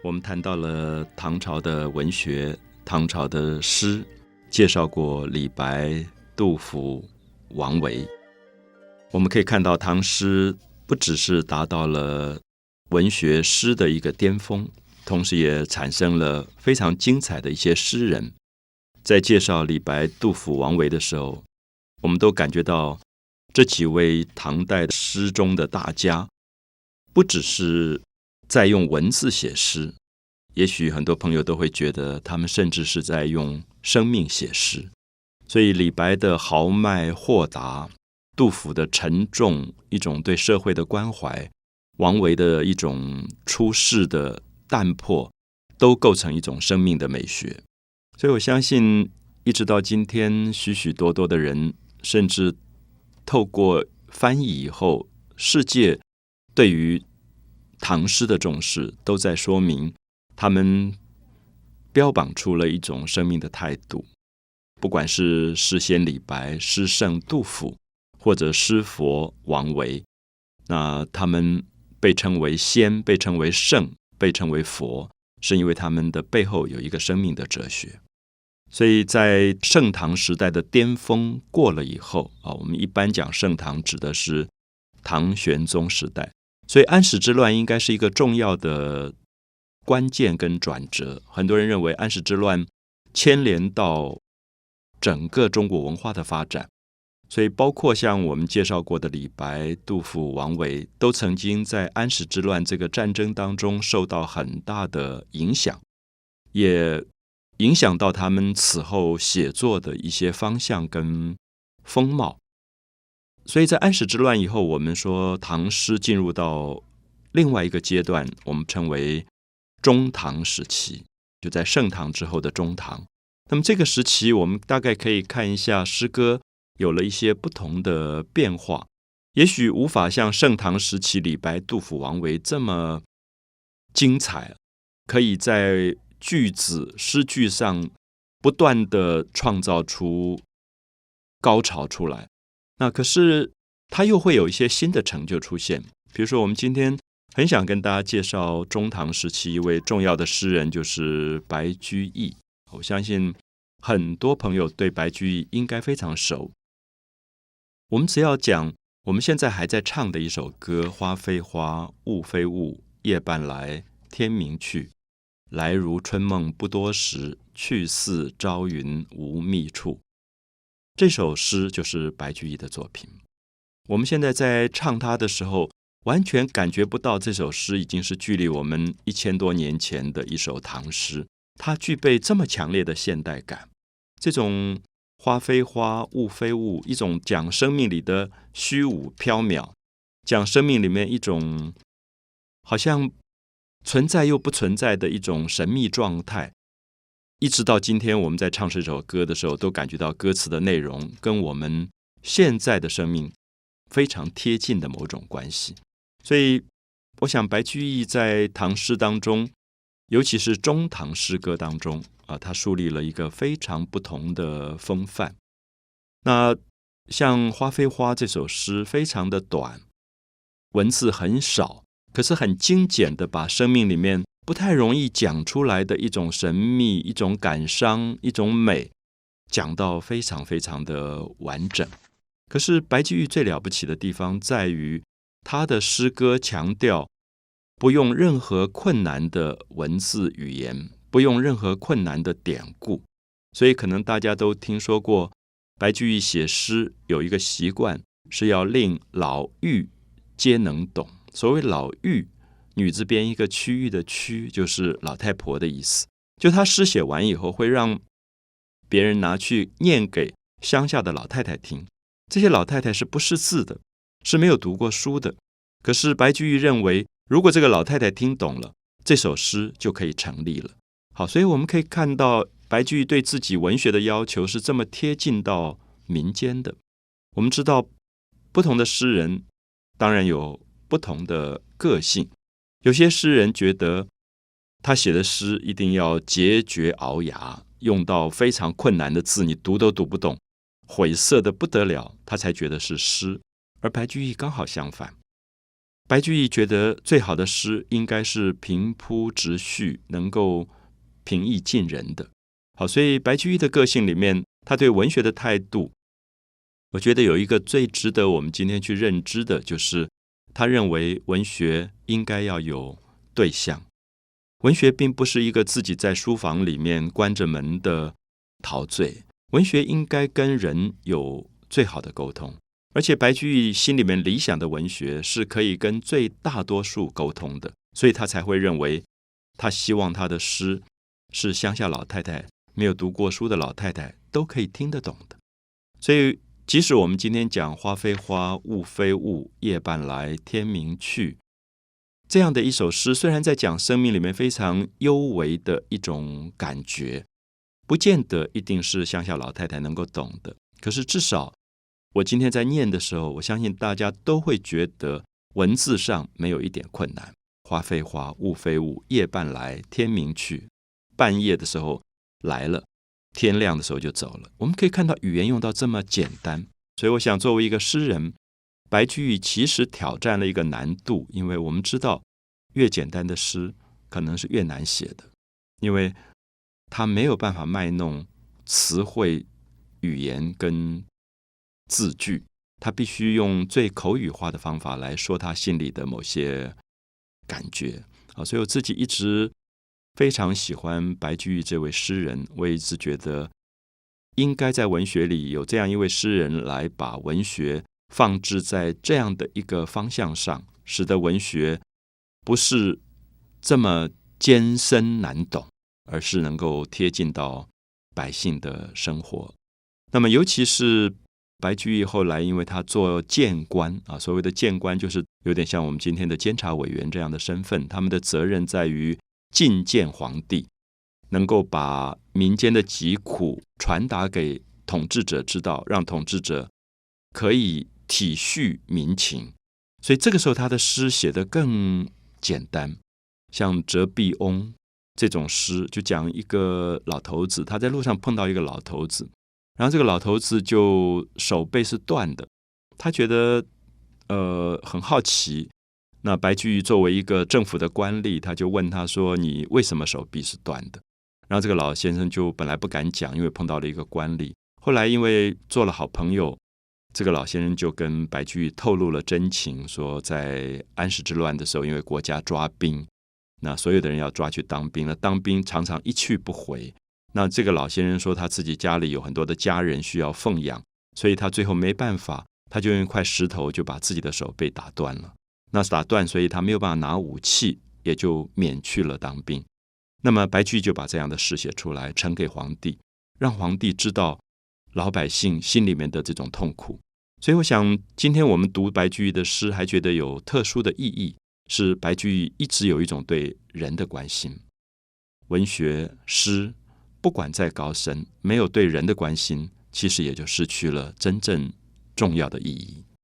我们谈到了唐朝的文学，唐朝的诗，介绍过李白、杜甫、王维。我们可以看到唐诗不只是达到了文学诗的一个巅峰，同时也产生了非常精彩的一些诗人。在介绍李白、杜甫、王维的时候，我们都感觉到这几位唐代诗中的大家不只是在用文字写诗，也许很多朋友都会觉得他们甚至是在用生命写诗。所以李白的豪迈豁达，杜甫的沉重，一种对社会的关怀，王维的一种出世的淡泊，都构成一种生命的美学。所以我相信一直到今天，许许多多的人甚至透过翻译以后，世界对于唐诗的重视都在说明他们标榜出了一种生命的态度。不管是诗仙李白、诗圣杜甫，或者诗佛王维，那他们被称为仙，被称为圣，被称为佛，是因为他们的背后有一个生命的哲学。所以在盛唐时代的巅峰过了以后，我们一般讲盛唐指的是唐玄宗时代，所以安史之乱应该是一个重要的关键跟转折。很多人认为安史之乱牵连到整个中国文化的发展，所以包括像我们介绍过的李白、杜甫、王维，都曾经在安史之乱这个战争当中受到很大的影响，也影响到他们此后写作的一些方向跟风貌。所以在安史之乱以后，我们说唐诗进入到另外一个阶段，我们称为中唐时期，就在盛唐之后的中唐。那么这个时期我们大概可以看一下诗歌有了一些不同的变化，也许无法像盛唐时期李白、杜甫、王维这么精彩，可以在句子诗句上不断的创造出高潮出来。那可是它又会有一些新的成就出现。比如说我们今天很想跟大家介绍中唐时期一位重要的诗人，就是白居易。我相信很多朋友对白居易应该非常熟。我们只要讲我们现在还在唱的一首歌，花非花，雾非雾，夜半来，天明去，来如春梦不多时，去似朝云无觅处。这首诗就是白居易的作品。我们现在在唱它的时候，完全感觉不到这首诗已经是距离我们1000多年前的一首唐诗，它具备这么强烈的现代感。这种花非花，雾非雾，一种讲生命里的虚无缥缈，讲生命里面一种好像存在又不存在的一种神秘状态，一直到今天我们在唱这首歌的时候，都感觉到歌词的内容跟我们现在的生命非常贴近的某种关系。所以我想白居易在唐诗当中，尤其是中唐诗歌当中他树立了一个非常不同的风范。那像花非花这首诗非常的短，文字很少，可是很精简的把生命里面不太容易讲出来的一种神秘、一种感伤、一种美，讲到非常非常的完整。可是白居易最了不起的地方在于他的诗歌强调不用任何困难的文字语言，不用任何困难的典故。所以可能大家都听说过白居易写诗有一个习惯，是要令老妪皆能懂。所谓老妪，女字边一个区域的区，就是老太婆的意思。就他诗写完以后，会让别人拿去念给乡下的老太太听。这些老太太是不识字的，是没有读过书的。可是白居易认为，如果这个老太太听懂了，这首诗就可以成立了。好，所以我们可以看到白居易对自己文学的要求是这么贴近到民间的。我们知道不同的诗人当然有不同的个性，有些诗人觉得他写的诗一定要节绝聱牙，用到非常困难的字，你读都读不懂，晦涩的不得了，他才觉得是诗。而白居易刚好相反， 白居易觉得最好的诗应该是平铺直叙，能够平易近人的。好，所以白居易的个性里面，他对文学的态度，我觉得有一个最值得我们今天去认知的，就是他认为文学应该要有对象。文学并不是一个自己在书房里面关着门的陶醉，文学应该跟人有最好的沟通。而且白居易心里面理想的文学是可以跟最大多数沟通的，所以他才会认为，他希望他的诗是乡下老太太、没有读过书的老太太都可以听得懂的。所以即使我们今天讲花非花，雾非雾，夜半来，天明去，这样的一首诗，虽然在讲生命里面非常幽微的一种感觉，不见得一定是乡下老太太能够懂的，可是至少我今天在念的时候，我相信大家都会觉得文字上没有一点困难。花非花，雾非雾，夜半来，天明去。半夜的时候来了，天亮的时候就走了。我们可以看到语言用到这么简单，所以我想作为一个诗人，白居易其实挑战了一个难度，因为我们知道越简单的诗可能是越难写的，因为他没有办法卖弄词汇、语言跟字句，他必须用最口语化的方法来说他心里的某些感觉。所以我自己一直非常喜欢白居易这位诗人，我也一直觉得应该在文学里有这样一位诗人来把文学放置在这样的一个方向上，使得文学不是这么艰深难懂，而是能够贴近到百姓的生活。那么尤其是白居易后来因为他做谏官所谓的谏官就是有点像我们今天的监察委员这样的身份，他们的责任在于进谏皇帝，能够把民间的疾苦传达给统治者知道，让统治者可以体恤民情。所以这个时候他的诗写得更简单，像折臂翁这种诗，就讲一个老头子，他在路上碰到一个老头子，然后这个老头子就手背是断的，他觉得很好奇。那白居易作为一个政府的官吏，他就问他说：“你为什么手臂是断的？”然后这个老先生就本来不敢讲，因为碰到了一个官吏。后来因为做了好朋友，这个老先生就跟白居易透露了真情，说在安史之乱的时候，因为国家抓兵，那所有的人要抓去当兵，那当兵常常一去不回。那这个老先生说他自己家里有很多的家人需要奉养，所以他最后没办法，他就用一块石头就把自己的手被打断了。那打断，所以他没有办法拿武器，也就免去了当兵。那么白居易就把这样的诗写出来，呈给皇帝，让皇帝知道老百姓心里面的这种痛苦。所以我想今天我们读白居易的诗还觉得有特殊的意义，是白居易一直有一种对人的关心。文学诗不管再高深，没有对人的关心，其实也就失去了真正重要的意义。